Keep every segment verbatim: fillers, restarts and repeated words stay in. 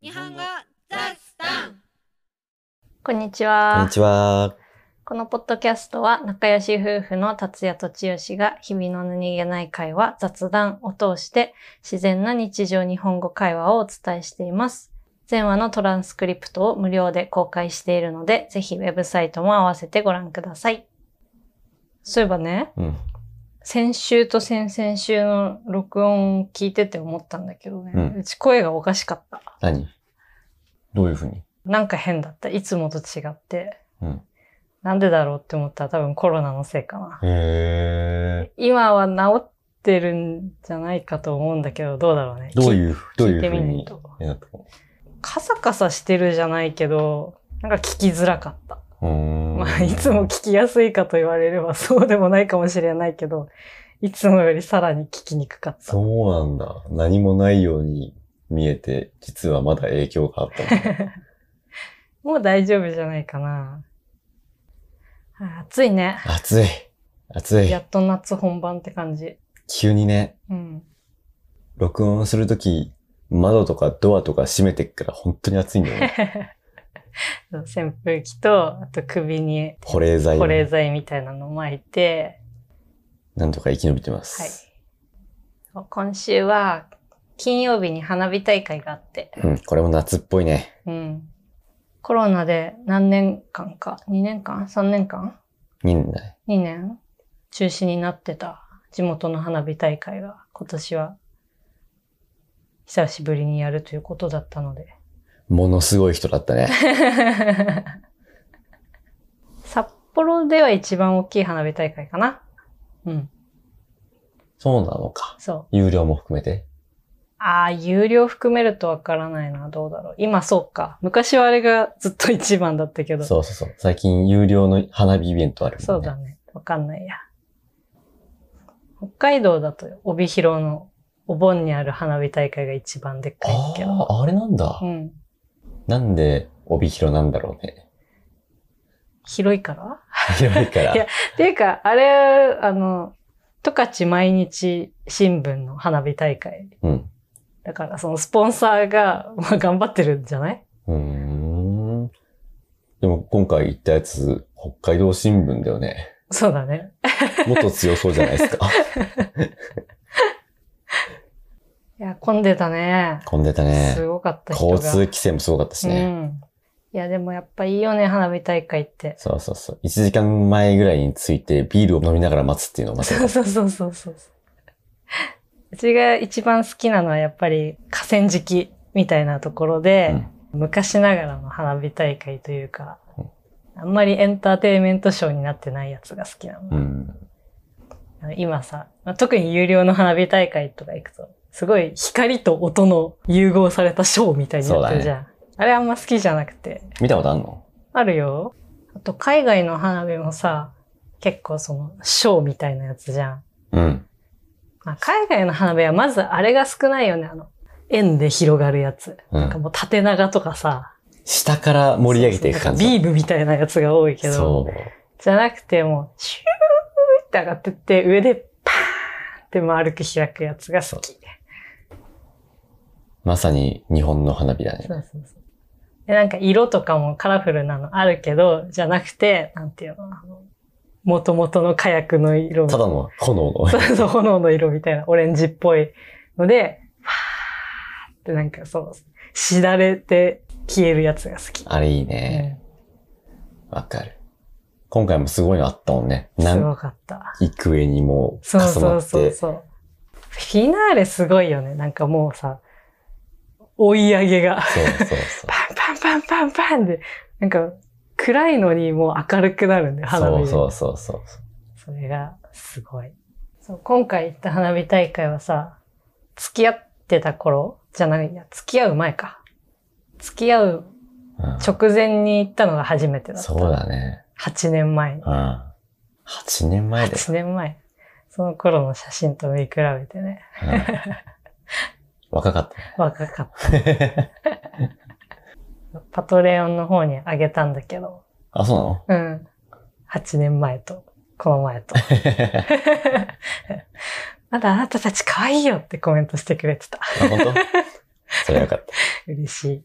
日本語ザスタン。 こんにちは。 こんにちは。 このポッドキャストは仲良し夫婦の達也と千代が日々の何気ない会話、雑談を通して自然な日常日本語会話をお伝えしています。前話のトランスクリプトを無料で公開しているので、ぜひウェブサイトも合わせてご覧ください。そういえばね、 うん、 先週と先々週の録音聞いてて思ったんだけどね、 ううん、ち声がおかしかった。 何？どういうふうに？ なんか変だった。いつもと違って。 うん、 なんでだろうって思ったら多分コロナのせいかな。 へー。 今は治ってるんじゃないかと思うんだけど、どうだろうね。 どういう、どういう聞いてみふうにないと。 なったの？ カサカサしてるじゃないけど、なんか聞きづらかった。 うーん。 まあ、いつも聞きやすいかと言われればそうでもないかもしれないけど、いつもよりさらに聞きにくかった。 そうなんだ。何もないように見えて、実はまだ影響があったんだ。 もう大丈夫じゃないかな。あ、暑いね。 暑い。暑い。 やっと夏本番って感じ。 急にね、 うん。 録音するとき、窓とかドアとか閉めてっから本当に暑いんだよね。 扇風機と、あと首に保冷剤。 保冷剤みたいなのを巻いて、 なんとか生き延びてます。 はい。今週は金曜日に花火大会があって。 うん、これも夏っぽいね。 うん。コロナで何年間か ?に 年間 ?さん 年間にねんだい。 にねん中止になってた地元の花火大会が今年は久しぶりにやるということだったので。 ものすごい人だったね。 札幌では一番大きい花火大会かな。うん。 そうなのか。 そう。 有料も含めて。 ああ、有料含めるとわからないな。どうだろう。今そうか。昔はあれがずっと一番だったけど。 そうそうそう。最近有料の花火イベントあるもんね。 そうだね。わかんないや。北海道だと帯広のお盆にある花火大会が一番でっかいんだけど。 ああ、あれなんだ。 うん。 なんで帯広なんだろうね。 広いから広いから。 いや、っていうか、あれ、あの、十勝毎日新聞の花火大会。 うん。 だから、そのスポンサーが、まあ、頑張ってるんじゃないうーん。でも今回行ったやつ、北海道新聞だよね。 そうだね。 もっと強そうじゃないですか。 いや、混んでたね。 混んでたね。 すごかった人が。 交通規制もすごかったしね。 うん。いや、でもやっぱいいよね、花火大会って。 そうそうそう。いちじかんまえぐらいに着いてビールを飲みながら待つっていうのをまた。 そうそうそうそうそう。うちが一番好きなのはやっぱり河川敷みたいなところで、うん、昔ながらの花火大会というか、うん、あんまりエンターテインメントショーになってないやつが好きなの。うん、今さ、特に有料の花火大会とか行くと、すごい光と音の融合されたショーみたいになってるじゃん。あれあんま好きじゃなくて。 見たことあんの？ あるよ。あと海外の花火もさ、結構そのショーみたいなやつじゃん。 うん。 まあ、海外の花火はまずあれが少ないよね。あの、円で広がるやつ。うん、なんかもう縦長とかさ。 下から盛り上げていく感じ。 ビームみたいなやつが多いけど。 そう。 じゃなくてもう、シューって上がってって、上でパーンって丸く開くやつが好き。 まさに日本の花火だね。 そうそうそう。で、なんか色とかもカラフルなのあるけど、じゃなくて、なんていうの、あの、元々の火薬の色。 ただの炎の。 そうそう、炎の色みたいな、オレンジっぽいので、ファーってなんかそう、しだれて消えるやつが好き。 あれいいね。わ、うん、かる。今回もすごいのあったもんね。 すごかった。 幾重にも重なって。 そうそうそうそう。フィナーレすごいよね。なんかもうさ、追い上げが。 そうそうそう。 パンパンパンパンパンで、なんか、暗いのにもう明るくなるんで、花火で。 そうそうそうそう。 それがすごい。そう、今回行った花火大会はさ、付き合ってた頃じゃないや、付き合う前か。付き合う直前に行ったのが初めてだった。 うん、そうだね。 はちねんまえに。 うん。はちねんまえで。 はちねんまえ。その頃の写真と見比べてね。 うん、若かった。 若かった。パトレオンの方にあげたんだけど。 あ、そうなの？うん。はちねんまえと、この前と。まだあなたたち可愛いよってコメントしてくれてた。 あ、本当？それはよかった。 嬉しい。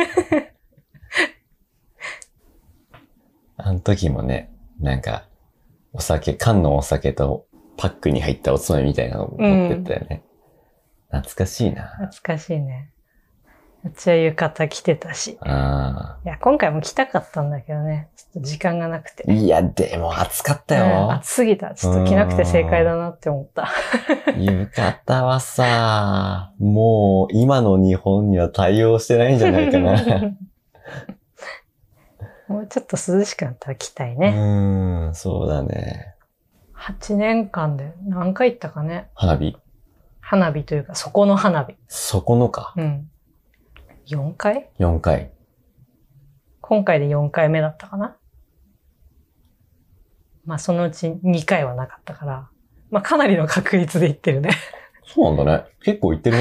あの時もね、なんか、お酒、缶のお酒とパックに入ったおつまみみたいなのを持ってったよね。うん、懐かしいな。 懐かしいね。うちは浴衣着てたし。 あいや、今回も着たかったんだけどね。ちょっと時間がなくて。 いや、でも暑かったよ。うん、 暑すぎた。ちょっと着なくて正解だなって思った。 浴衣はさ、もう今の日本には対応してないんじゃないかな。 もうちょっと涼しくなったら着たいね。 うーん、そうだね。 はちねんかんで何回行ったかね。 花火？ 花火というか、そこの花火。 そこのか。 うん。よんかい？ よん 回。 今回でよんかいめだったかな。まあそのうちにかいはなかったから、まあかなりの確率で行ってるね。 そうなんだね。結構行ってるね。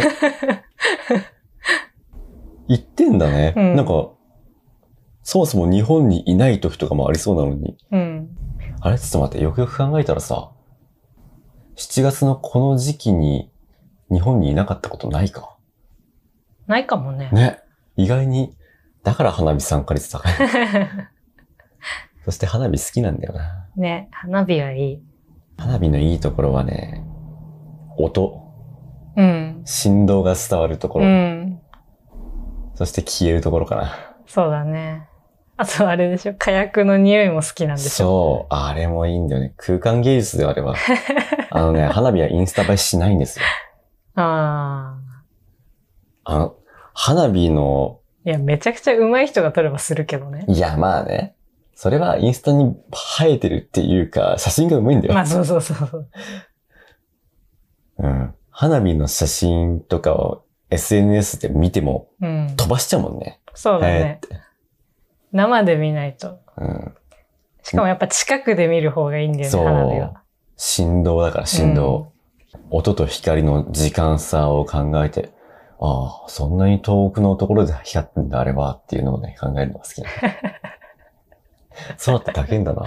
行ってんだね。うん、なんか、そもそも日本にいない時とかもありそうなのに。 うん。 あれちょっと待って、よくよく考えたらさ、しちがつのこの時期に日本にいなかったことないか。 ないかもね。 ね。意外に、だから花火参加率高い。そして花火好きなんだよな。 ね、花火はいい。 花火のいいところはね、音。 うん。 振動が伝わるところ。 うん。 そして消えるところかな。 そうだね。あとあれでしょ、火薬の匂いも好きなんでしょ。 そう、あれもいいんだよね。空間芸術であれば。あのね、花火はインスタ映えしないんですよ。 ああ。あの、花火の。 いや、めちゃくちゃ上手い人が撮ればするけどね。 いや、まあね。それはインスタに映えてるっていうか、写真が上手いんだよ。 まあそうそうそう。 うん。花火の写真とかを エスエヌエス で見ても、飛ばしちゃうもんね。 うん、そうだね。生で見ないと。 うん。 しかもやっぱ近くで見る方がいいんだよね、 そう花火は。 振動だから振動、うん。音と光の時間差を考えて、ああ、そんなに遠くのところで光ってんだ、あれはっていうのをね、考えるのが好きなの。そうだって高いんだなって。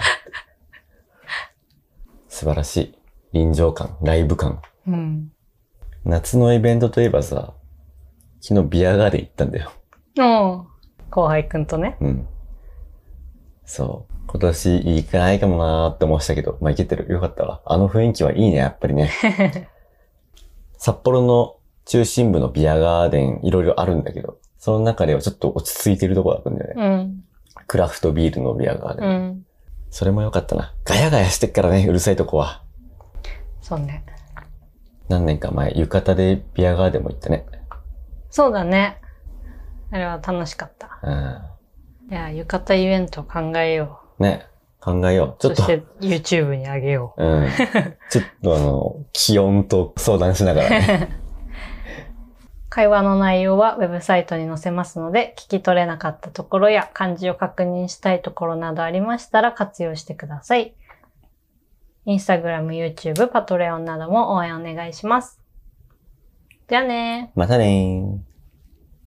素晴らしい。臨場感、ライブ感。 うん。 夏のイベントといえばさ、昨日ビアガーデン行ったんだよ。 おう。後輩くんとね。 うん。そう。今年行かないかもなーって思ってたけど、まあ行けてる。よかったわ。あの雰囲気はいいね、やっぱりね。札幌の中心部のビアガーデンいろいろあるんだけど、その中ではちょっと落ち着いてるところだったんだよね。 うん。 クラフトビールのビアガーデン。 うん。 それもよかったな。ガヤガヤしてっからね、うるさいとこは。 そうね。 何年か前、浴衣でビアガーデンも行ったね。 そうだね。あれは楽しかった。 うん。 いや、浴衣イベント考えよう。ね。考えよう。ちょっと。 そして YouTube に上げよう。うん。ちょっとあの、気温と相談しながらね。 会話の内容はウェブサイトに載せますので、聞き取れなかったところや漢字を確認したいところなどありましたら活用してください。Instagram、YouTube、パトレオンなども応援お願いします。じゃあねー。 またねー。